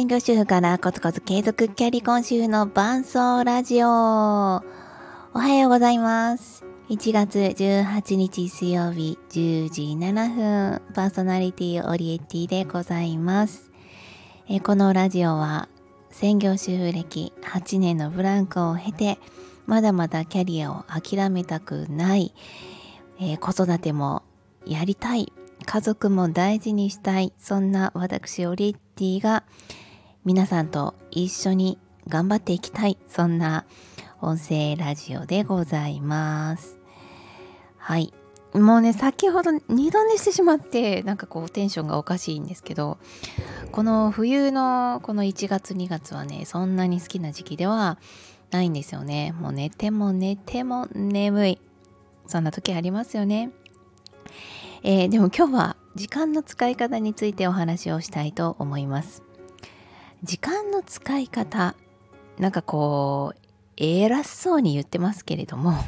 専業主婦からコツコツ継続キャリコン主婦の伴奏ラジオ。おはようございます。1月18日水曜日10時7分、パーソナリティオリエッティでございます。このラジオは専業主婦歴8年のブランクを経て、まだまだキャリアを諦めたくない、子育てもやりたい、家族も大事にしたい、そんな私オリエッティが皆さんと一緒に頑張っていきたい、そんな音声ラジオでございます。はい、もうね、先ほど二度寝してしまって、なんかこうテンションがおかしいんですけど、この冬のこの1月2月はね、そんなに好きな時期ではないんですよね。もう寝ても眠い、そんな時ありますよね。でも今日は時間の使い方についてお話をしたいと思います。時間の使い方、なんかこう偉そうに言ってますけれども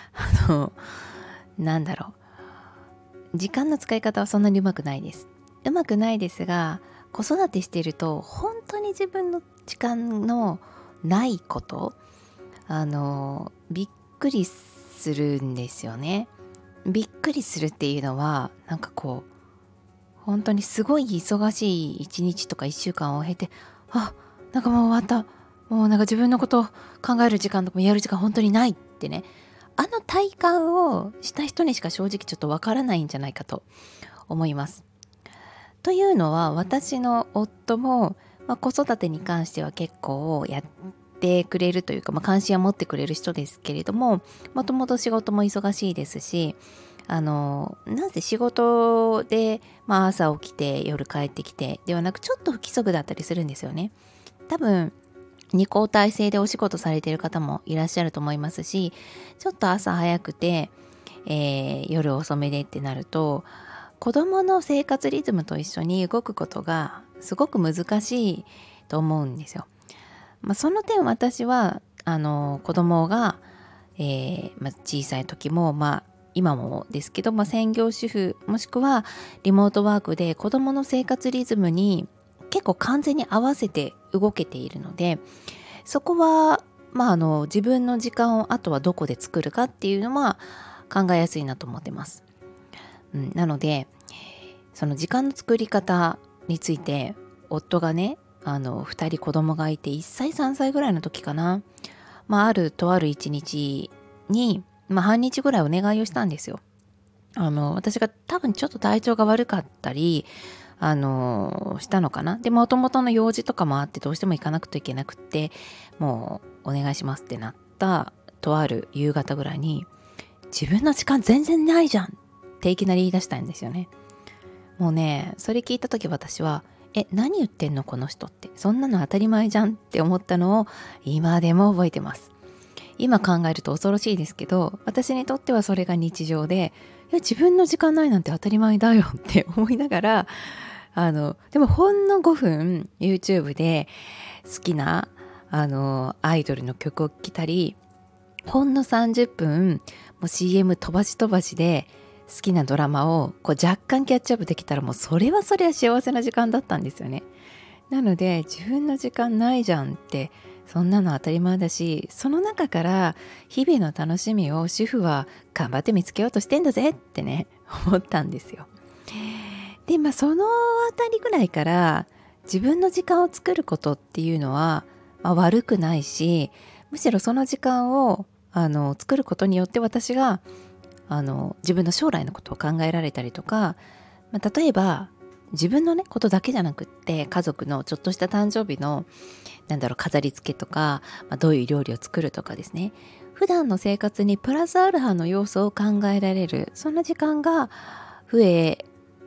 なんだろう、時間の使い方はそんなにうまくないですが、子育てしていると本当に自分の時間のないこと、びっくりするんですよね。びっくりするっていうのは、なんかこう本当にすごい忙しい1日とか1週間を経て、なんかもう終わった、もうなんか自分のことを考える時間とかもやる時間本当にないってね、あの体感をした人にしか正直ちょっとわからないんじゃないかと思います。というのは、私の夫も、子育てに関しては結構やってくれるというか、関心を持ってくれる人ですけれども、もともと仕事も忙しいですし、なぜ仕事で、朝起きて夜帰ってきてではなく、ちょっと不規則だったりするんですよね。多分二交代制でお仕事されている方もいらっしゃると思いますし、ちょっと朝早くて、夜遅めでってなると、子供の生活リズムと一緒に動くことがすごく難しいと思うんですよ。その点、私は子供が、小さい時も、今もですけど、専業主婦もしくはリモートワークで子供の生活リズムに結構完全に合わせて動けているので、そこは、自分の時間をあとはどこで作るかっていうのは考えやすいなと思ってます。なので、その時間の作り方について、夫がね、2人子供がいて1歳3歳ぐらいの時かな、とある一日に、半日ぐらいお願いをしたんですよ。私が多分ちょっと体調が悪かったりしたのかな。で、もともとの用事とかもあって、どうしても行かなくてはいけなくって、もうお願いしますってなったとある夕方ぐらいに、自分の時間全然ないじゃんっていきなり言い出したんですよね。もうね、それ聞いた時、私は何言ってんのこの人って、そんなの当たり前じゃんって思ったのを今でも覚えてます。今考えると恐ろしいですけど、私にとってはそれが日常で、自分の時間ないなんて当たり前だよって思いながら、でもほんの5分 YouTube で好きなアイドルの曲を聴いたり、ほんの30分もう CM 飛ばし飛ばしで好きなドラマをこう若干キャッチアップできたら、もうそれは幸せな時間だったんですよね。なので、自分の時間ないじゃんって、そんなの当たり前だし、その中から日々の楽しみを主婦は頑張って見つけようとしてんだぜってね、思ったんですよ。で、そのあたりぐらいから自分の時間を作ることっていうのは、悪くないし、むしろその時間を作ることによって、私が自分の将来のことを考えられたりとか、例えば自分のねことだけじゃなくって、家族のちょっとした誕生日の飾り付けとか、どういう料理を作るとかですね、普段の生活にプラスアルファの要素を考えられる、そんな時間が増や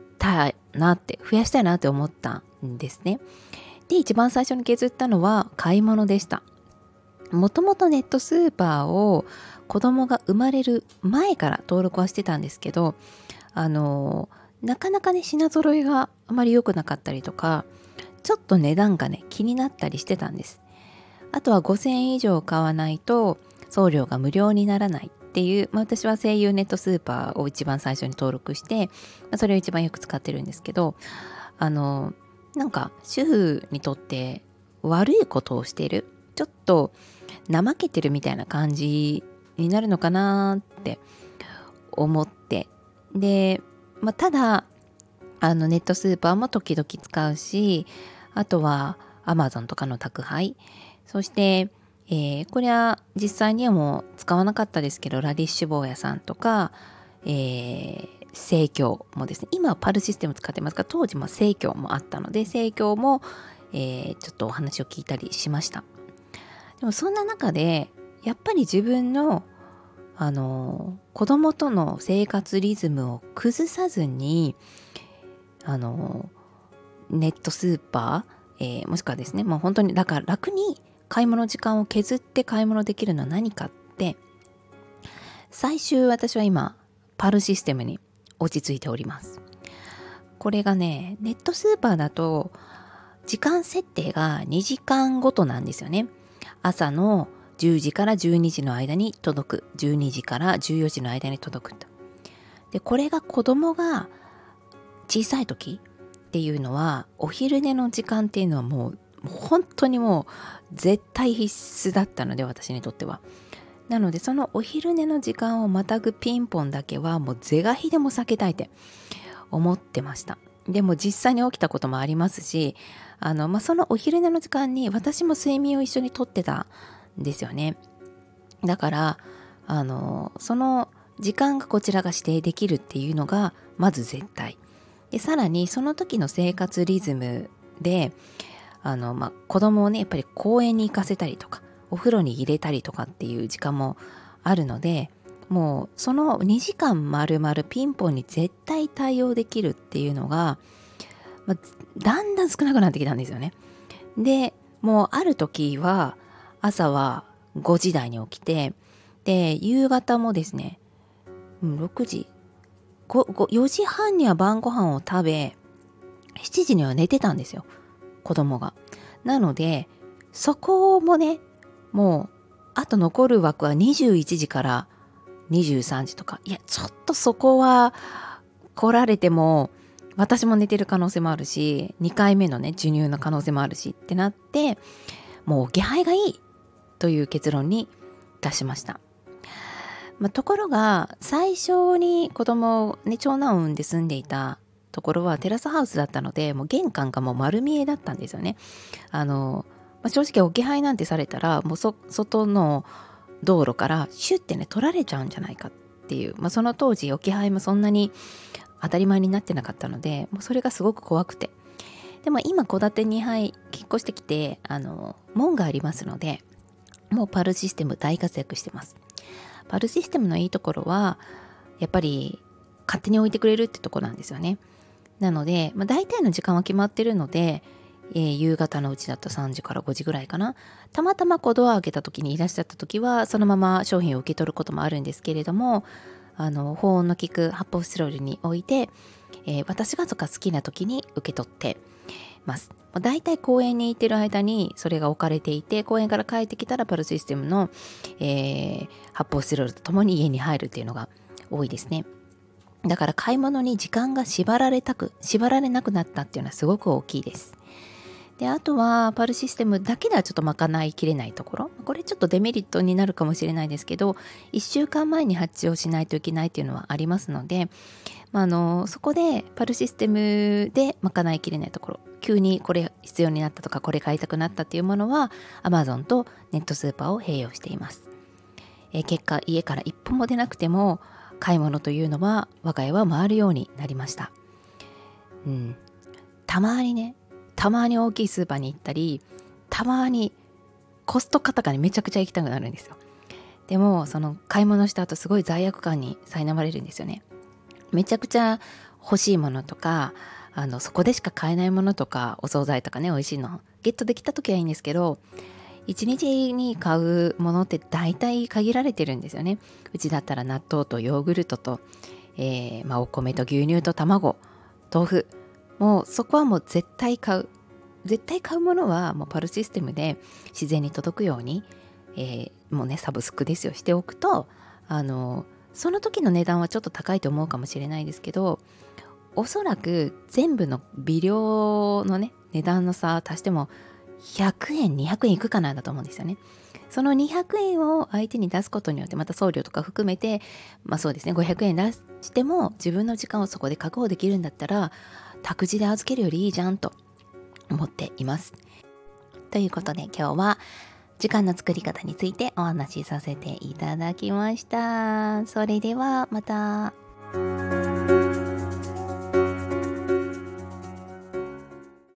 したいなって思ったんですね。で、一番最初に削ったのは買い物でした。もともとネットスーパーを子供が生まれる前から登録はしてたんですけど、なかなかね、品揃えがあまり良くなかったりとか、ちょっと値段がね気になったりしてたんです。あとは5000円以上買わないと送料が無料にならないっていう、私は声優ネットスーパーを一番最初に登録して、それを一番よく使ってるんですけど、 なんか主婦にとって悪いことをしてる、ちょっと怠けてるみたいな感じになるのかなって思って、で、ただネットスーパーも時々使うし、あとは Amazon とかの宅配、そして、これは実際にはもう使わなかったですけど、ラディッシュ坊やさんとか、生協もですね、今はパルシステム使ってますが、当時生協もあったので、生協も、ちょっとお話を聞いたりしました。でもそんな中でやっぱり自分の子供との生活リズムを崩さずにネットスーパー、もしくはですね、本当にだから楽に買い物時間を削って買い物できるのは何かって、最終私は今パルシステムに落ち着いております。これがね、ネットスーパーだと時間設定が2時間ごとなんですよね。朝の10時から12時の間に届く、12時から14時の間に届くと。で、これが子供が小さい時っていうのは、お昼寝の時間っていうのはもう本当にもう絶対必須だったので、私にとっては。なのでそのお昼寝の時間をまたぐピンポンだけはもう是が非でも避けたいって思ってました。でも実際に起きたこともありますし、そのお昼寝の時間に私も睡眠を一緒にとってたんですよね。だからその時間がこちらが指定できるっていうのがまず絶対で、さらにその時の生活リズムで子供をね、やっぱり公園に行かせたりとかお風呂に入れたりとかっていう時間もあるので、もうその2時間丸々ピンポンに絶対対応できるっていうのが、だんだん少なくなってきたんですよね。で、もうある時は朝は5時台に起きて、で夕方もですね、6時4時半には晩ご飯を食べ、7時には寝てたんですよ、子供が。なのでそこもね、もうあと残る枠は21時から23時とか、いやちょっとそこは来られても私も寝てる可能性もあるし、2回目のね授乳の可能性もあるしってなって、もう下配がいいという結論に出しました。ところが最初に子供をね、長男を産んで住んでいたところはテラスハウスだったので、もう玄関がもう丸見えだったんですよね。正直置き配なんてされたら、もう外の道路からシュッてね取られちゃうんじゃないかっていう、その当時置き配もそんなに当たり前になってなかったので、もうそれがすごく怖くて。でも今戸建てに引っ越してきて門がありますので、もうパルシステム大活躍してます。パルシステムのいいところはやっぱり勝手に置いてくれるってとこなんですよね。なので、大体の時間は決まってるので、夕方のうちだと3時から5時ぐらいかな。たまたまドア開けた時にいらっしゃった時はそのまま商品を受け取ることもあるんですけれども、保温の効く発泡スチロールに置いて、私が好きな時に受け取ってます。だいたい公園に行ってる間にそれが置かれていて、公園から帰ってきたらパルシステムの、発泡スチロールとともに家に入るっていうのが多いですね。だから買い物に時間が縛られなくなったっていうのはすごく大きいです。で、あとはパルシステムだけではちょっと賄いきれないところ、これちょっとデメリットになるかもしれないですけど、1週間前に発注をしないといけないっていうのはありますので、そこでパルシステムで賄いきれないところ、急にこれ必要になったとかこれ買いたくなったっていうものは Amazon とネットスーパーを併用しています。結果家から一歩も出なくても買い物というのは我が家は回るようになりました。たまに大きいスーパーに行ったり、たまにコストコとかにめちゃくちゃ行きたくなるんですよ。でもその買い物した後すごい罪悪感に苛まれるんですよね。めちゃくちゃ欲しいものとかそこでしか買えないものとか、お惣菜とかね、美味しいのゲットできた時はいいんですけど、1日に買うものって大体限られてるんですよね。うちだったら納豆とヨーグルトと、お米と牛乳と卵、豆腐、もうそこはもう絶対買うものはもうパルシステムで自然に届くように、もうねサブスクですよしておくと、その時の値段はちょっと高いと思うかもしれないですけど、おそらく全部の微量のね値段の差足しても100円200円いくかなんだと思うんですよね。その200円を相手に出すことによってまた送料とか含めてそうですね500円出しても自分の時間をそこで確保できるんだったら託児で預けるよりいいじゃんと思っています。ということで今日は時間の作り方についてお話しさせていただきました。それではまた。